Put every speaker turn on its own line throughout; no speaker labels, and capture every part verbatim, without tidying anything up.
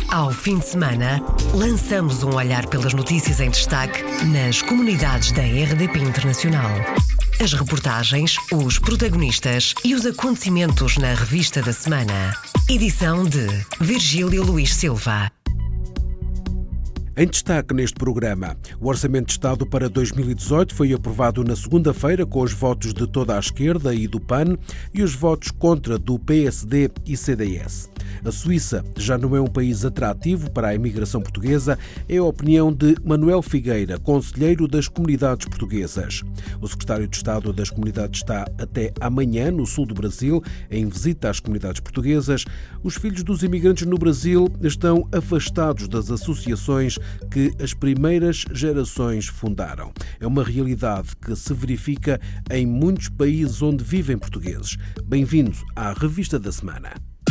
Ao fim de semana, lançamos um olhar pelas notícias em destaque nas comunidades da R D P Internacional. As reportagens, os protagonistas e os acontecimentos na revista da semana. Edição de Virgílio Luís Silva.
Em destaque neste programa, o Orçamento de Estado para dois mil e dezoito foi aprovado na segunda-feira com os votos de toda a esquerda e do P A N e os votos contra do P S D e C D S. A Suíça já não é um país atrativo para a imigração portuguesa, é a opinião de Manuel Figueira, conselheiro das comunidades portuguesas. O secretário de Estado das Comunidades está até amanhã no sul do Brasil, em visita às comunidades portuguesas. Os filhos dos imigrantes no Brasil estão afastados das associações que as primeiras gerações fundaram. É uma realidade que se verifica em muitos países onde vivem portugueses. Bem-vindo à Revista da Semana.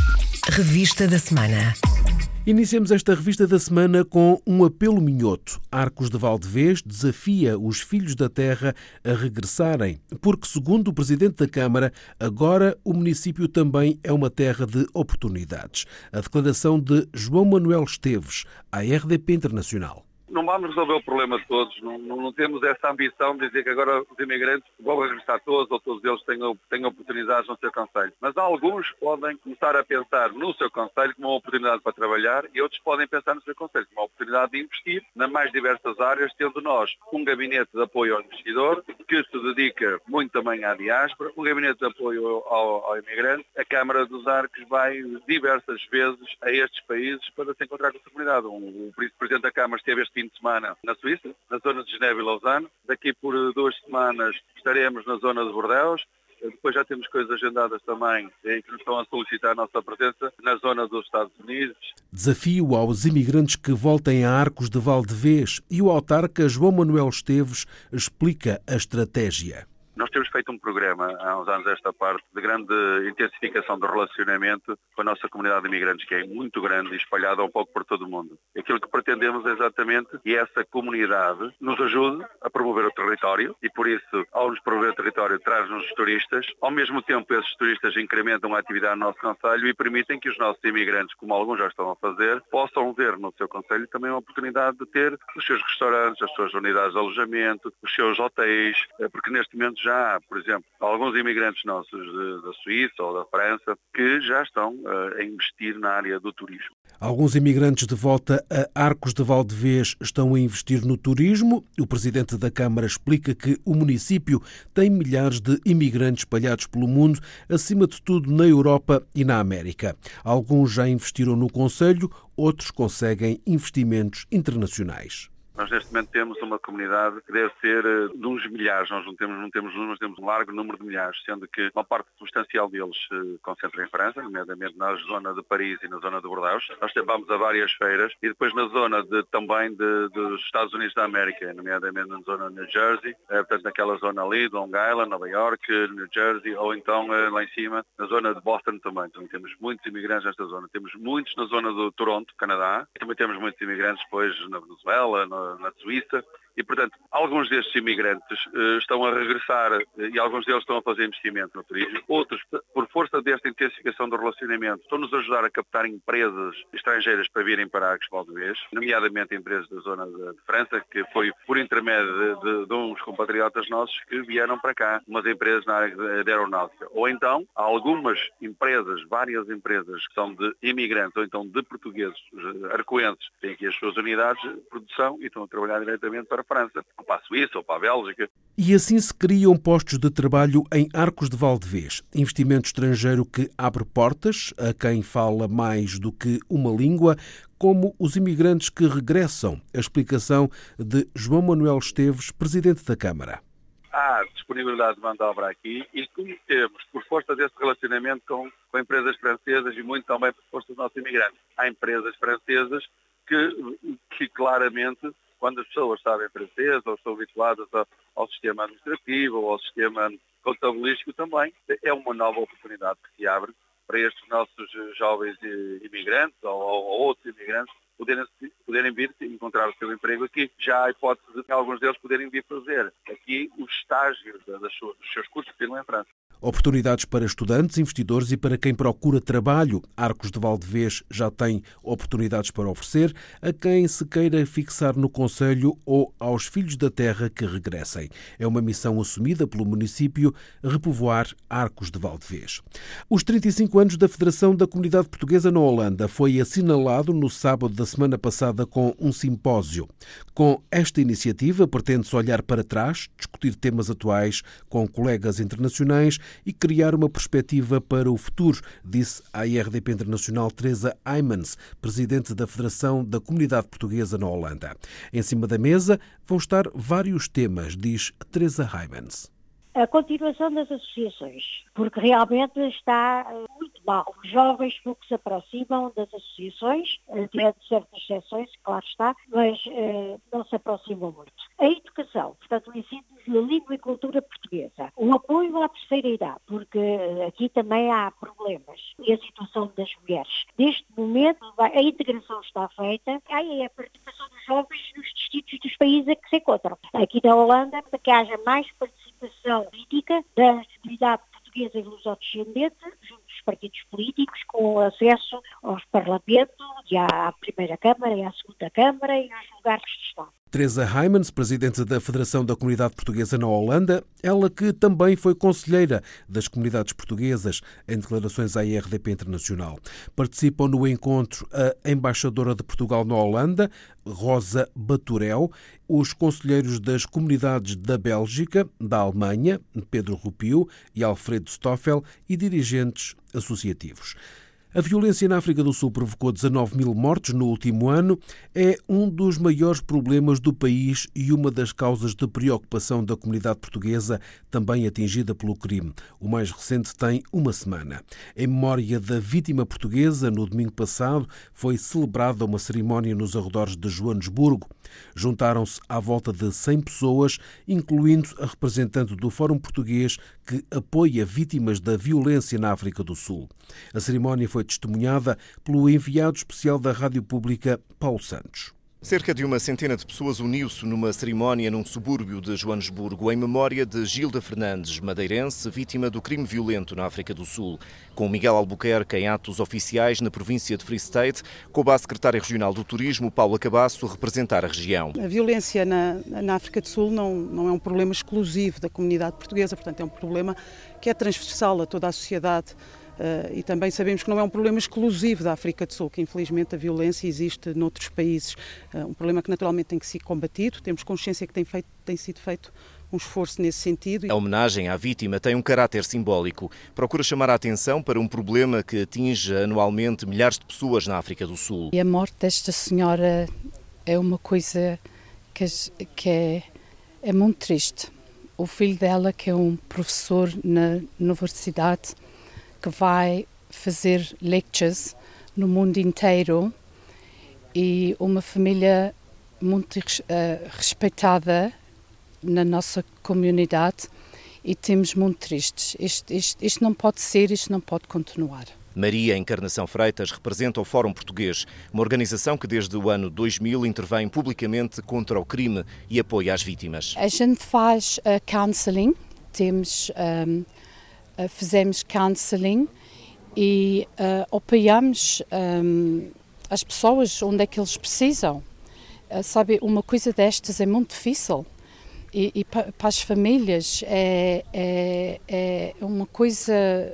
Revista da Semana.
Iniciamos esta Revista da Semana com um apelo minhoto. Arcos de Valdevez desafia os filhos da terra a regressarem, porque, segundo o Presidente da Câmara, agora o município também é uma terra de oportunidades. A declaração de João Manuel Esteves, à R D P Internacional.
Não vamos resolver o problema de todos, não, não, não temos essa ambição de dizer que agora os imigrantes vão regressar todos ou todos eles tenham, tenham oportunidades no seu concelho. Mas alguns podem começar a pensar no seu concelho como uma oportunidade para trabalhar e outros podem pensar no seu concelho como uma oportunidade de investir nas mais diversas áreas, tendo nós um gabinete de apoio ao investidor que se dedica muito também à diáspora, um gabinete de apoio ao, ao imigrante. A Câmara dos Arcos vai diversas vezes a estes países para se encontrar com a comunidade. O, o Presidente da Câmara esteve este fim de semana na Suíça, na zona de Genebra e Lausanne. Daqui por duas semanas estaremos na zona de Bordeaux. Depois já temos coisas agendadas também que nos estão a solicitar a nossa presença na zona dos Estados Unidos.
Desafio aos imigrantes que voltem a Arcos de Valdevez e o autarca João Manuel Esteves explica a estratégia.
Nós temos feito um programa há uns anos esta parte de grande intensificação do relacionamento com a nossa comunidade de imigrantes, que é muito grande e espalhada um pouco por todo o mundo. Aquilo que pretendemos é exatamente que essa comunidade nos ajude a promover o território e, por isso, ao nos promover o território, traz-nos turistas. Ao mesmo tempo, esses turistas incrementam a atividade no nosso concelho e permitem que os nossos imigrantes, como alguns já estão a fazer, possam ver no seu concelho também a oportunidade de ter os seus restaurantes, as suas unidades de alojamento, os seus hotéis, porque neste momento já há, por exemplo, alguns imigrantes nossos de, da Suíça ou da França que já estão uh, a investir na área do turismo.
Alguns imigrantes de volta a Arcos de Valdevez estão a investir no turismo. O Presidente da Câmara explica que o município tem milhares de imigrantes espalhados pelo mundo, acima de tudo na Europa e na América. Alguns já investiram no concelho, outros conseguem investimentos internacionais.
Nós neste momento temos uma comunidade que deve ser de uns milhares, nós não temos, não temos números, mas temos um largo número de milhares, sendo que uma parte substancial deles se concentra em França, nomeadamente na zona de Paris e na zona de Bordeaux. Nós vamos a várias feiras e depois na zona de, também de, dos Estados Unidos da América, nomeadamente na zona de New Jersey, é, portanto naquela zona ali, Long Island, Nova York, New Jersey, ou então lá em cima, na zona de Boston também. Então temos muitos imigrantes nesta zona. Temos muitos na zona do Toronto, Canadá, e também temos muitos imigrantes depois na Venezuela, no na Suíça, e, portanto, alguns destes imigrantes uh, estão a regressar uh, e alguns deles estão a fazer investimento no turismo. Outros, por força desta intensificação do relacionamento, estão-nos a ajudar a captar empresas estrangeiras para virem para Arcos de Valdevez, nomeadamente empresas da zona de, de França, que foi por intermédio de, de, de uns compatriotas nossos que vieram para cá, umas empresas na área de, de aeronáutica. Ou então, há algumas empresas, várias empresas que são de imigrantes ou então de portugueses, arcoenses, que têm aqui as suas unidades de produção e estão a trabalhar diretamente para França, ou para a Suíça, ou para a Bélgica.
E assim se criam postos de trabalho em Arcos de Valdevez. Investimento estrangeiro que abre portas a quem fala mais do que uma língua, como os imigrantes que regressam. A explicação de João Manuel Esteves, Presidente da Câmara.
Há disponibilidade de mão de obra aqui e como temos, por força desse relacionamento com, com empresas francesas e muito também por força dos nossos imigrantes. Há empresas francesas que, que claramente, quando as pessoas sabem francês ou estão habituadas ao, ao sistema administrativo ou ao sistema contabilístico também, é uma nova oportunidade que se abre para estes nossos jovens imigrantes ou, ou outros imigrantes poderem, poderem vir encontrar o seu emprego aqui. Já há a hipótese de alguns deles poderem vir fazer aqui os estágios das suas, dos seus cursos que têm em França.
Oportunidades para estudantes, investidores e para quem procura trabalho. Arcos de Valdevez já tem oportunidades para oferecer a quem se queira fixar no concelho ou aos filhos da terra que regressem. É uma missão assumida pelo município repovoar Arcos de Valdevez. Os trinta e cinco anos da Federação da Comunidade Portuguesa na Holanda foi assinalado no sábado da semana passada com um simpósio. Com esta iniciativa, pretende-se olhar para trás, discutir temas atuais com colegas internacionais e criar uma perspectiva para o futuro, disse à I R D P Internacional Teresa Heymans, presidente da Federação da Comunidade Portuguesa na Holanda. Em cima da mesa vão estar vários temas, diz Teresa Heymans.
A continuação das associações, porque realmente está muito mal. Os jovens pouco se aproximam das associações, tirando certas exceções, claro está, mas eh, não se aproximam muito. A educação, portanto, o ensino da língua e cultura portuguesa. O apoio à terceira idade, porque aqui também há problemas. E a situação das mulheres. Neste momento, a integração está feita, aí é a participação dos jovens nos distritos dos países a que se encontram. Aqui na Holanda, para que haja mais participação política da comunidade portuguesa e lusodescendente, junto dos partidos políticos, com acesso aos parlamentos, e à primeira Câmara, e à segunda Câmara, e aos lugares de Estado.
Teresa Heymans, presidente da Federação da Comunidade Portuguesa na Holanda, ela que também foi conselheira das comunidades portuguesas em declarações à I R D P Internacional. Participam no encontro a embaixadora de Portugal na Holanda, Rosa Baturel, os conselheiros das comunidades da Bélgica, da Alemanha, Pedro Rupio e Alfredo Stoffel, e dirigentes associativos. A violência na África do Sul provocou dezanove mil mortes no último ano. É um dos maiores problemas do país e uma das causas de preocupação da comunidade portuguesa, também atingida pelo crime. O mais recente tem uma semana. Em memória da vítima portuguesa, no domingo passado, foi celebrada uma cerimónia nos arredores de Joanesburgo. Juntaram-se à volta de cem pessoas, incluindo a representante do Fórum Português que apoia vítimas da violência na África do Sul. A cerimónia foi testemunhada pelo enviado especial da Rádio Pública, Paulo Santos.
Cerca de uma centena de pessoas uniu-se numa cerimónia num subúrbio de Joanesburgo em memória de Gilda Fernandes, madeirense, vítima do crime violento na África do Sul. Com Miguel Albuquerque em atos oficiais na província de Free State, com a secretária regional do Turismo, Paula Cabasso, a representar a região.
A violência na, na África do Sul não, não é um problema exclusivo da comunidade portuguesa, portanto é um problema que é transversal a toda a sociedade. Uh, e também sabemos que não é um problema exclusivo da África do Sul, que infelizmente a violência existe noutros países. Uh, um problema que naturalmente tem que ser combatido, temos consciência que tem, feito, tem sido feito um esforço nesse sentido.
A homenagem à vítima tem um caráter simbólico. Procura chamar a atenção para um problema que atinge anualmente milhares de pessoas na África do Sul.
E a morte desta senhora é uma coisa que, que é, é muito triste. O filho dela, que é um professor na universidade, que vai fazer lectures no mundo inteiro, e uma família muito uh, respeitada na nossa comunidade, e temos muito tristes. Isto, isto, isto não pode ser, isto não pode continuar.
Maria Encarnação Freitas representa o Fórum Português, uma organização que desde o ano dois mil intervém publicamente contra o crime e apoia as vítimas.
A gente faz uh, counselling, temos... Um, Uh, fizemos counselling e uh, apoiamos um, as pessoas onde é que eles precisam. Uh, sabe, uma coisa destas é muito difícil e, e para pa as famílias é, é, é uma coisa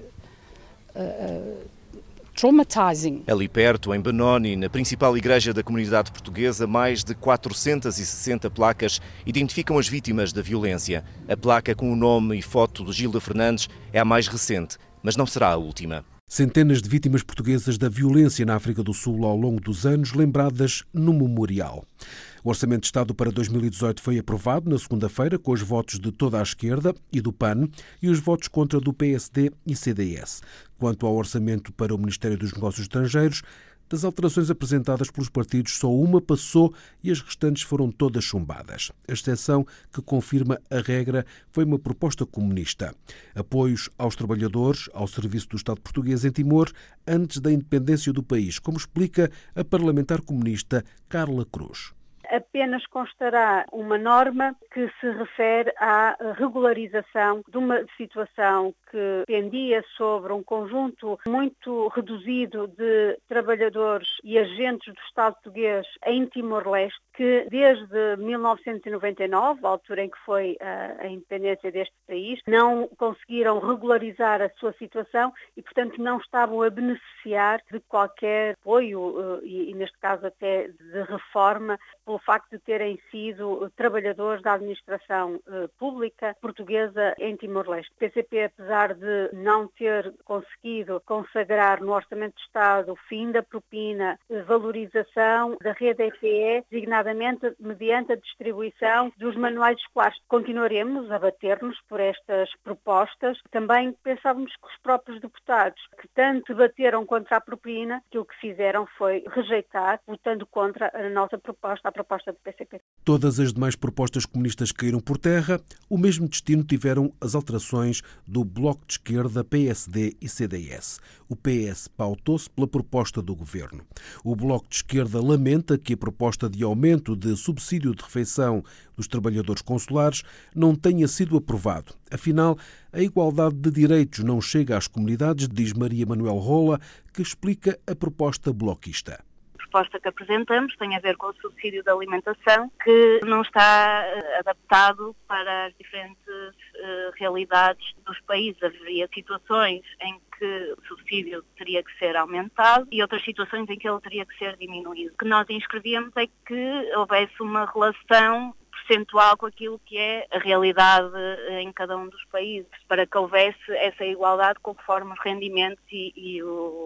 uh, traumatizing.
Ali perto, em Benoni, na principal igreja da comunidade portuguesa, mais de quatrocentas e sessenta placas identificam as vítimas da violência. A placa com o nome e foto de Gilda Fernandes é a mais recente, mas não será a última.
Centenas de vítimas portuguesas da violência na África do Sul ao longo dos anos, lembradas no memorial. O Orçamento de Estado para dois mil e dezoito foi aprovado na segunda-feira com os votos de toda a esquerda e do P A N e os votos contra do P S D e C D S. Quanto ao orçamento para o Ministério dos Negócios Estrangeiros, das alterações apresentadas pelos partidos, só uma passou e as restantes foram todas chumbadas. A exceção que confirma a regra foi uma proposta comunista. Apoios aos trabalhadores, ao serviço do Estado português em Timor, antes da independência do país, como explica a parlamentar comunista Carla Cruz.
apenas constará uma norma que se refere à regularização de uma situação que pendia sobre um conjunto muito reduzido de trabalhadores e agentes do Estado português em Timor-Leste, que desde mil novecentos e noventa e nove, a altura em que foi a, a independência deste país, não conseguiram regularizar a sua situação e, portanto, não estavam a beneficiar de qualquer apoio e, e neste caso até de reforma, pelo facto de terem sido trabalhadores da administração eh, pública portuguesa em Timor-Leste. O P C P, apesar de não ter conseguido consagrar no Orçamento de Estado o fim da propina, valorização da rede E P E, designadamente mediante a distribuição dos manuais escolares. Continuaremos a bater-nos por estas propostas. Também pensávamos que os próprios deputados, que tanto bateram contra a propina, que o que fizeram foi rejeitar, votando contra a nossa proposta, a proposta do P C P.
Todas as demais propostas comunistas caíram por terra. O mesmo destino tiveram as alterações do Bloco de Esquerda, P S D e C D S. O P S pautou-se pela proposta do Governo. O Bloco de Esquerda lamenta que a proposta de aumento de subsídio de refeição dos trabalhadores consulares não tenha sido aprovado. Afinal, a igualdade de direitos não chega às comunidades, diz Maria Manuel Rola, que explica a proposta bloquista.
A proposta que apresentamos tem a ver com o subsídio de alimentação, que não está uh, adaptado para as diferentes uh, realidades dos países. Haveria situações em que o subsídio teria que ser aumentado e outras situações em que ele teria que ser diminuído. O que nós inscrevíamos é que houvesse uma relação percentual com aquilo que é a realidade em cada um dos países, para que houvesse essa igualdade conforme os rendimentos e, e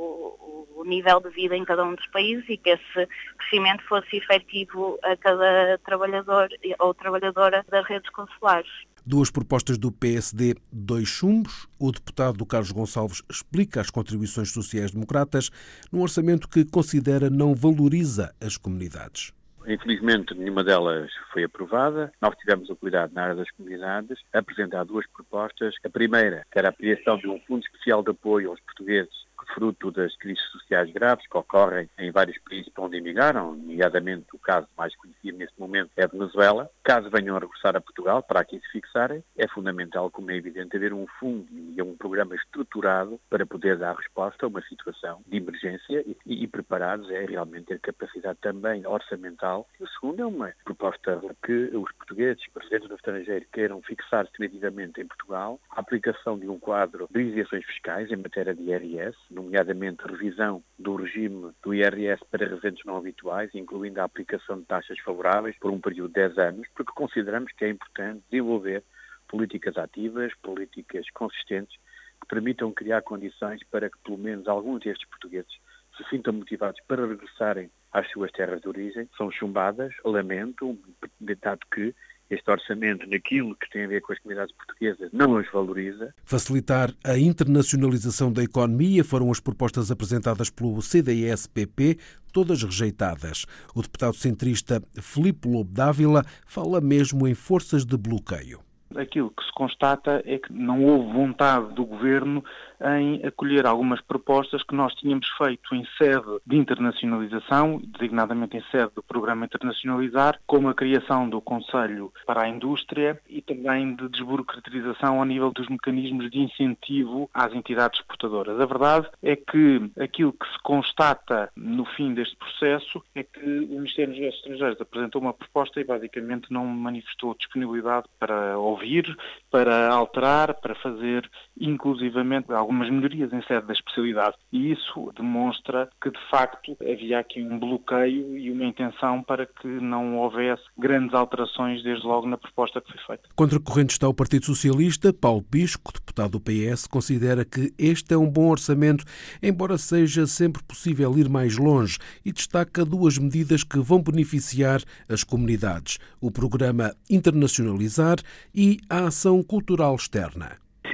o, o nível de vida em cada um dos países e que esse crescimento fosse efetivo a cada trabalhador ou trabalhadora das redes consulares.
Duas propostas do P S D, dois chumbos. O deputado Carlos Gonçalves explica as contribuições sociais-democratas num orçamento que considera não valoriza as comunidades.
Infelizmente, nenhuma delas foi aprovada. Nós tivemos o cuidado, na área das comunidades, a apresentar duas propostas. A primeira, que era a criação de um fundo especial de apoio aos portugueses fruto das crises sociais graves que ocorrem em vários países para onde emigraram, nomeadamente o caso mais conhecido neste momento é a Venezuela. Caso venham a regressar a Portugal, para aqui se fixarem, é fundamental, como é evidente, haver um fundo e um programa estruturado para poder dar resposta a uma situação de emergência e, e, e preparados é realmente ter capacidade também orçamental. E o segundo é uma proposta que os portugueses, residentes no estrangeiro, queiram fixar definitivamente em Portugal a aplicação de um quadro de isenções fiscais em matéria de I R S, nomeadamente revisão do regime do I R S para residentes não habituais, incluindo a aplicação de taxas favoráveis por um período de dez anos, porque consideramos que é importante desenvolver políticas ativas, políticas consistentes, que permitam criar condições para que pelo menos alguns destes portugueses se sintam motivados para regressarem às suas terras de origem. São chumbadas, lamento, dado que este orçamento, naquilo que tem a ver com as comunidades portuguesas, não as valoriza.
Facilitar a internacionalização da economia foram as propostas apresentadas pelo C D S P P, todas rejeitadas. O deputado centrista Filipe Lobo Dávila fala mesmo em forças de bloqueio.
Aquilo que se constata é que não houve vontade do Governo em acolher algumas propostas que nós tínhamos feito em sede de internacionalização, designadamente em sede do Programa Internacionalizar, como a criação do Conselho para a Indústria e também de desburocratização ao nível dos mecanismos de incentivo às entidades exportadoras. A verdade é que aquilo que se constata no fim deste processo é que o Ministério dos Negócios Estrangeiros apresentou uma proposta e basicamente não manifestou disponibilidade para ouvir, para alterar, para fazer inclusivamente algumas melhorias em sede da especialidade. E isso demonstra que, de facto, havia aqui um bloqueio e uma intenção para que não houvesse grandes alterações, desde logo, na proposta que foi feita.
Contracorrente está o Partido Socialista. Paulo Pisco, deputado do P S, considera que este é um bom orçamento, embora seja sempre possível ir mais longe, e destaca duas medidas que vão beneficiar as comunidades: o Programa Internacionalizar e a Ação Cultural Externa.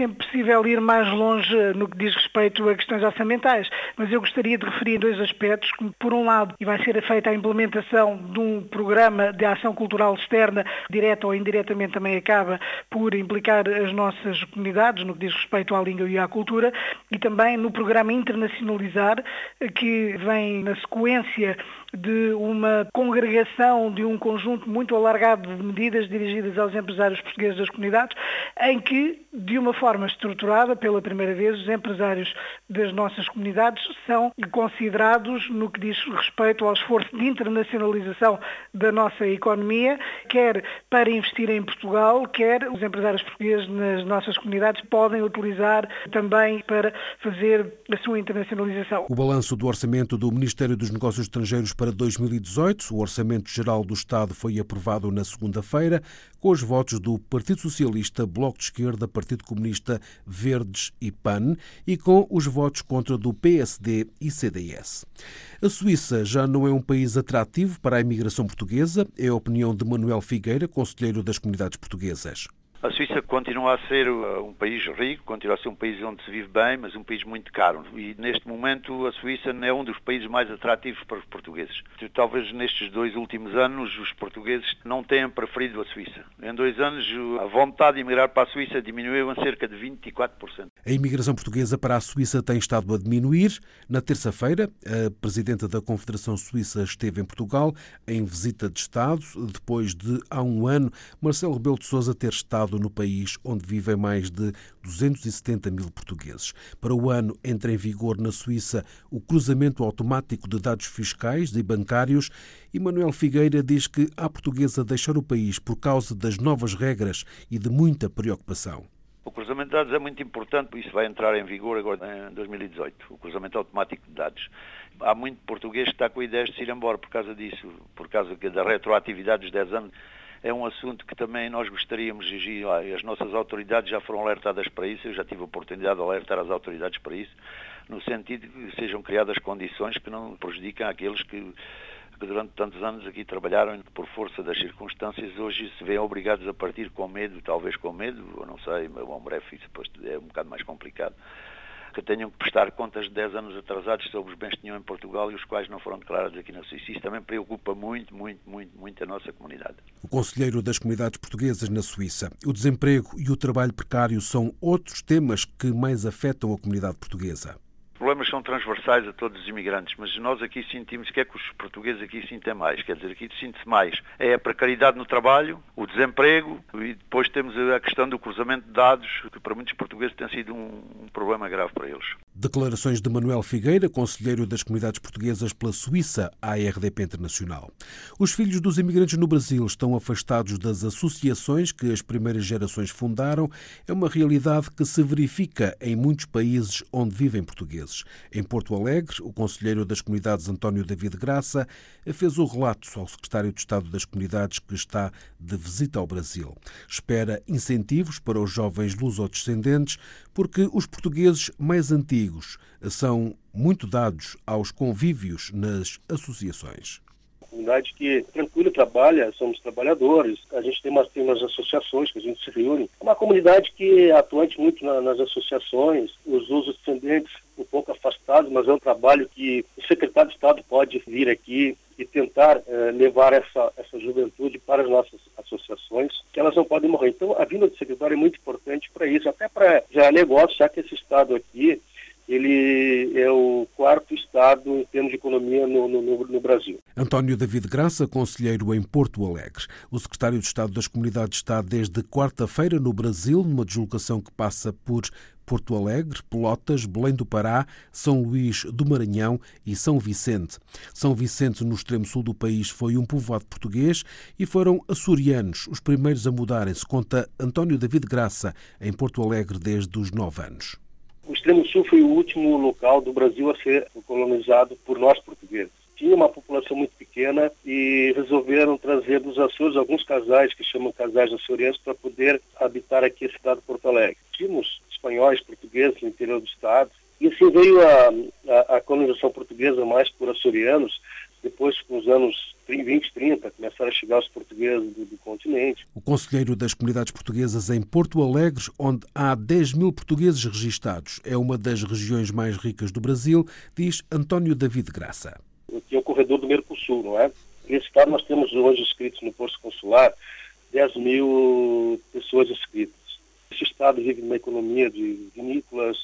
sempre possível ir mais longe no que diz respeito a questões orçamentais, mas eu gostaria de referir dois aspectos, que por um lado vai ser feita a implementação de um programa de ação cultural externa, direta ou indiretamente também acaba por implicar as nossas comunidades no que diz respeito à língua e à cultura, e também no programa Internacionalizar, que vem na sequência de uma congregação de um conjunto muito alargado de medidas dirigidas aos empresários portugueses das comunidades, em que, de uma forma estruturada, pela primeira vez, os empresários das nossas comunidades são considerados no que diz respeito ao esforço de internacionalização da nossa economia, quer para investir em Portugal, quer os empresários portugueses nas nossas comunidades podem utilizar também para fazer a sua internacionalização.
O balanço do orçamento do Ministério dos Negócios Estrangeiros para dois mil e dezoito, o Orçamento Geral do Estado, foi aprovado na segunda-feira, com os votos do Partido Socialista, Bloco de Esquerda, Partido Comunista, Verdes e P A N, e com os votos contra do P S D e C D S. A Suíça já não é um país atrativo para a imigração portuguesa, é a opinião de Manuel Figueira, conselheiro das comunidades portuguesas.
A Suíça continua a ser um país rico, continua a ser um país onde se vive bem, mas um país muito caro. E neste momento a Suíça é um dos países mais atrativos para os portugueses. Talvez nestes dois últimos anos os portugueses não tenham preferido a Suíça. Em dois anos a vontade de emigrar para a Suíça diminuiu em cerca de vinte e quatro por cento.
A imigração portuguesa para a Suíça tem estado a diminuir. Na terça-feira, a presidenta da Confederação Suíça esteve em Portugal em visita de Estado, depois de, há um ano, Marcelo Rebelo de Sousa ter estado no país onde vivem mais de duzentos e setenta mil portugueses. Para o ano entra em vigor na Suíça o cruzamento automático de dados fiscais e bancários e Manuel Figueira diz que há portugueses a deixar o país por causa das novas regras e de muita preocupação.
O cruzamento de dados é muito importante, isso vai entrar em vigor agora em dois mil e dezoito, o cruzamento automático de dados. Há muito português que está com ideias de se ir embora por causa disso, por causa da retroatividade dos dez anos. É um assunto que também nós gostaríamos de exigir. As nossas autoridades já foram alertadas para isso, eu já tive a oportunidade de alertar as autoridades para isso, no sentido de que sejam criadas condições que não prejudicam aqueles que, que durante tantos anos aqui trabalharam por força das circunstâncias, hoje se veem obrigados a partir com medo, talvez com medo, eu não sei, mas bom, breve isso depois é um bocado mais complicado, que tenham que prestar contas de dez anos atrasados sobre os bens que tinham em Portugal e os quais não foram declarados aqui na Suíça. Isso também preocupa muito, muito, muito, muito a nossa comunidade.
O conselheiro das comunidades portuguesas na Suíça. O desemprego e o trabalho precário são outros temas que mais afetam a comunidade portuguesa.
Os problemas são transversais a todos os imigrantes, mas nós aqui sentimos que é que os portugueses aqui sentem mais, quer dizer, aqui sente-se mais. É a precariedade no trabalho, o desemprego e depois temos a questão do cruzamento de dados, que para muitos portugueses tem sido um, um problema grave para eles.
Declarações de Manuel Figueira, conselheiro das comunidades portuguesas pela Suíça, à R D P Internacional. Os filhos dos imigrantes no Brasil estão afastados das associações que as primeiras gerações fundaram. É uma realidade que se verifica em muitos países onde vivem portugueses. Em Porto Alegre, o conselheiro das comunidades António David Graça fez o relato ao secretário de Estado das Comunidades que está de visita ao Brasil. Espera incentivos para os jovens lusodescendentes porque os portugueses mais antigos são muito dados aos convívios nas associações.
Comunidade que tranquilo trabalha, somos trabalhadores, a gente tem umas, tem umas associações que a gente se reúne. É uma comunidade que é atuante muito na, nas associações, os usos descendentes um pouco afastados, mas é um trabalho que o secretário de Estado pode vir aqui e tentar eh, levar essa, essa juventude para as nossas associações, que elas não podem morrer. Então a vinda do secretário é muito importante para isso, até para gerar negócio, já que esse Estado aqui ele é o quarto estado em termos de economia no, no, no Brasil.
António David Graça, conselheiro em Porto Alegre. O secretário de Estado das Comunidades está desde quarta-feira no Brasil, numa deslocação que passa por Porto Alegre, Pelotas, Belém do Pará, São Luís do Maranhão e São Vicente. São Vicente, no extremo sul do país, foi um povoado português e foram açorianos os primeiros a mudarem-se, conta António David Graça, em Porto Alegre desde os nove anos.
O extremo sul foi o último local do Brasil a ser colonizado por nós portugueses. Tinha uma população muito pequena e resolveram trazer dos Açores alguns casais, que chamam casais açorianos, para poder habitar aqui a cidade de Porto Alegre. Tínhamos espanhóis, portugueses no interior do estado. E assim veio a, a, a colonização portuguesa mais por açorianos, Depois, nos anos vinte, trinta, começaram a chegar os portugueses do, do continente.
O conselheiro das comunidades portuguesas em Porto Alegre, onde há dez mil portugueses registados, é uma das regiões mais ricas do Brasil, diz António David Graça.
Aqui é o corredor do Mercosul, não é? Nesse estado nós temos hoje inscritos no posto consular dez mil pessoas inscritas. Esse estado vive numa economia de vinícolas,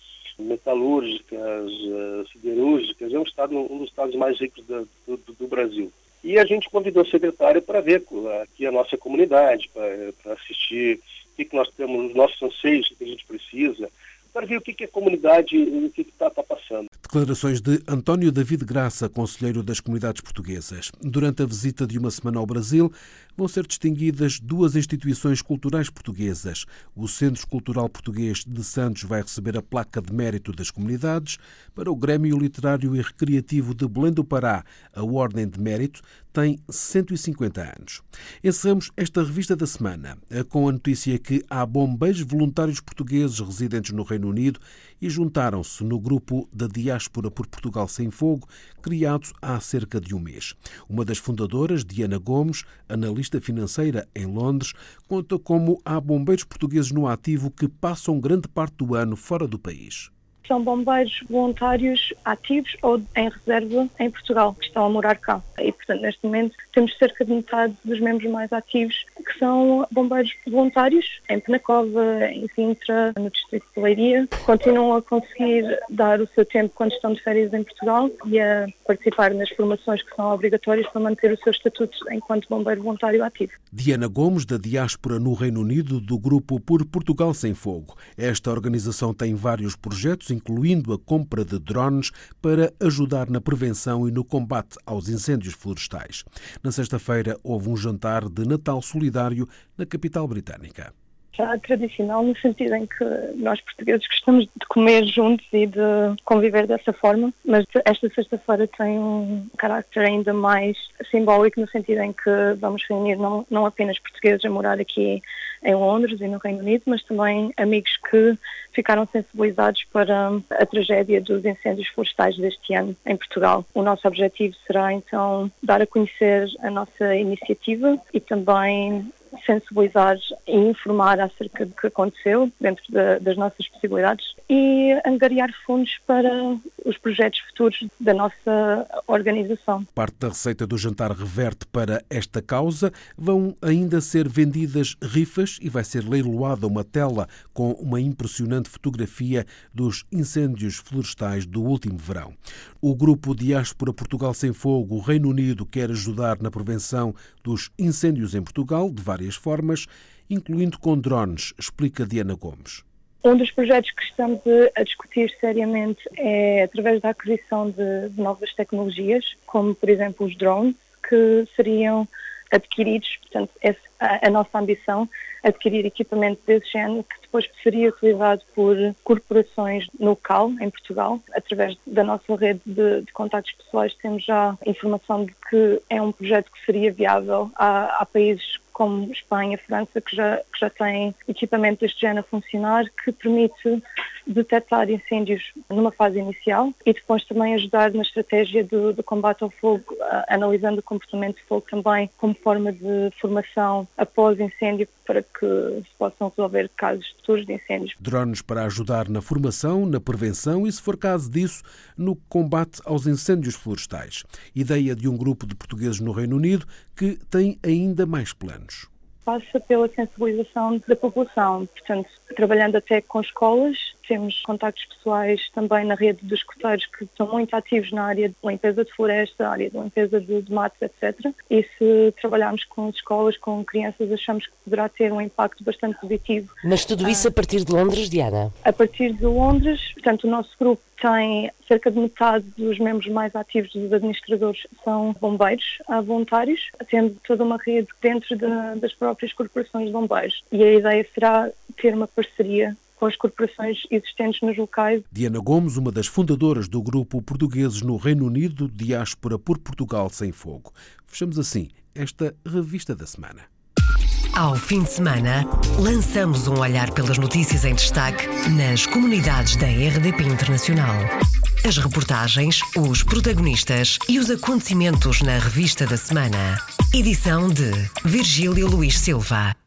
metalúrgicas, siderúrgicas, é um estado, um dos estados mais ricos do, do, do Brasil. E a gente convidou o secretário para ver aqui a nossa comunidade, para assistir o que, que nós temos, os nossos anseios, o que a gente precisa, para ver o que, que a comunidade, o que está tá passando.
Declarações de António David Graça, conselheiro das comunidades portuguesas. Durante a visita de uma semana ao Brasil, vão ser distinguidas duas instituições culturais portuguesas. O Centro Cultural Português de Santos vai receber a placa de mérito das comunidades. Para o Grêmio Literário e Recreativo de Belém do Pará, a Ordem de Mérito tem cento e cinquenta anos. Encerramos esta revista da semana com a notícia que há bombeiros voluntários portugueses residentes no Reino Unido e juntaram-se no grupo da Diáspora por Portugal Sem Fogo, criado há cerca de um mês. Uma das fundadoras, Diana Gomes, analista financeira em Londres, conta como há bombeiros portugueses no ativo que passam grande parte do ano fora do país.
São bombeiros voluntários ativos ou em reserva em Portugal, que estão a morar cá. E, portanto, neste momento temos cerca de metade dos membros mais ativos que são bombeiros voluntários em Penacova, em Sintra, no distrito de Leiria. Continuam a conseguir dar o seu tempo quando estão de férias em Portugal e a participar nas formações que são obrigatórias para manter o seu estatuto enquanto bombeiro voluntário ativo.
Diana Gomes, da Diáspora no Reino Unido, do grupo Por Portugal Sem Fogo. Esta organização tem vários projetos, incluindo a compra de drones para ajudar na prevenção e no combate aos incêndios florestais. Na sexta-feira houve um jantar de Natal solidário na capital britânica.
Já tradicional no sentido em que nós portugueses gostamos de comer juntos e de conviver dessa forma, mas esta sexta-feira tem um carácter ainda mais simbólico no sentido em que vamos reunir não, não apenas portugueses a morar aqui em Londres e no Reino Unido, mas também amigos que ficaram sensibilizados para a tragédia dos incêndios florestais deste ano em Portugal. O nosso objetivo será então dar a conhecer a nossa iniciativa e também sensibilizar e informar acerca do que aconteceu dentro de, das nossas possibilidades e angariar fundos para os projetos futuros da nossa organização.
Parte da receita do jantar reverte para esta causa. Vão ainda ser vendidas rifas e vai ser leiloada uma tela com uma impressionante fotografia dos incêndios florestais do último verão. O grupo Diáspora Portugal Sem Fogo, o Reino Unido, quer ajudar na prevenção dos incêndios em Portugal de várias formas, incluindo com drones, explica Diana Gomes.
Um dos projetos que estamos a discutir seriamente é através da aquisição de, de novas tecnologias, como por exemplo os drones, que seriam adquiridos, portanto, essa, a, a nossa ambição, adquirir equipamento desse género que depois seria utilizado por corporações no local, em Portugal. Através da nossa rede de, de contactos pessoais temos já informação de que é um projeto que seria viável. Há, há países como Espanha, França, que já, que já têm equipamento deste género a funcionar, que permite detectar incêndios numa fase inicial e depois também ajudar na estratégia do, do combate ao fogo, analisando o comportamento de fogo também como forma de formação após incêndio para que se possam resolver casos futuros de incêndios.
Drones para ajudar na formação, na prevenção e, se for caso disso, no combate aos incêndios florestais. Ideia de um grupo de portugueses no Reino Unido que tem ainda mais planos.
Passa pela sensibilização da população, portanto, trabalhando até com escolas, temos contactos pessoais também na rede dos escuteiros que são muito ativos na área de limpeza de floresta, área de limpeza de, de matos, etcétera. E se trabalharmos com as escolas, com crianças, achamos que poderá ter um impacto bastante positivo.
Mas tudo isso a partir de Londres, Diana?
A partir de Londres, portanto, o nosso grupo tem cerca de metade dos membros mais ativos dos administradores são bombeiros voluntários, tendo toda uma rede dentro de, das próprias corporações de bombeiros. E a ideia será ter uma parceria com as corporações existentes nos locais.
Diana Gomes, uma das fundadoras do grupo Portugueses no Reino Unido, Diáspora por Portugal Sem Fogo. Fechamos assim esta revista da semana.
Ao fim de semana, lançamos um olhar pelas notícias em destaque nas comunidades da R D P Internacional. As reportagens, os protagonistas e os acontecimentos na revista da semana. Edição de Virgílio Luís Silva.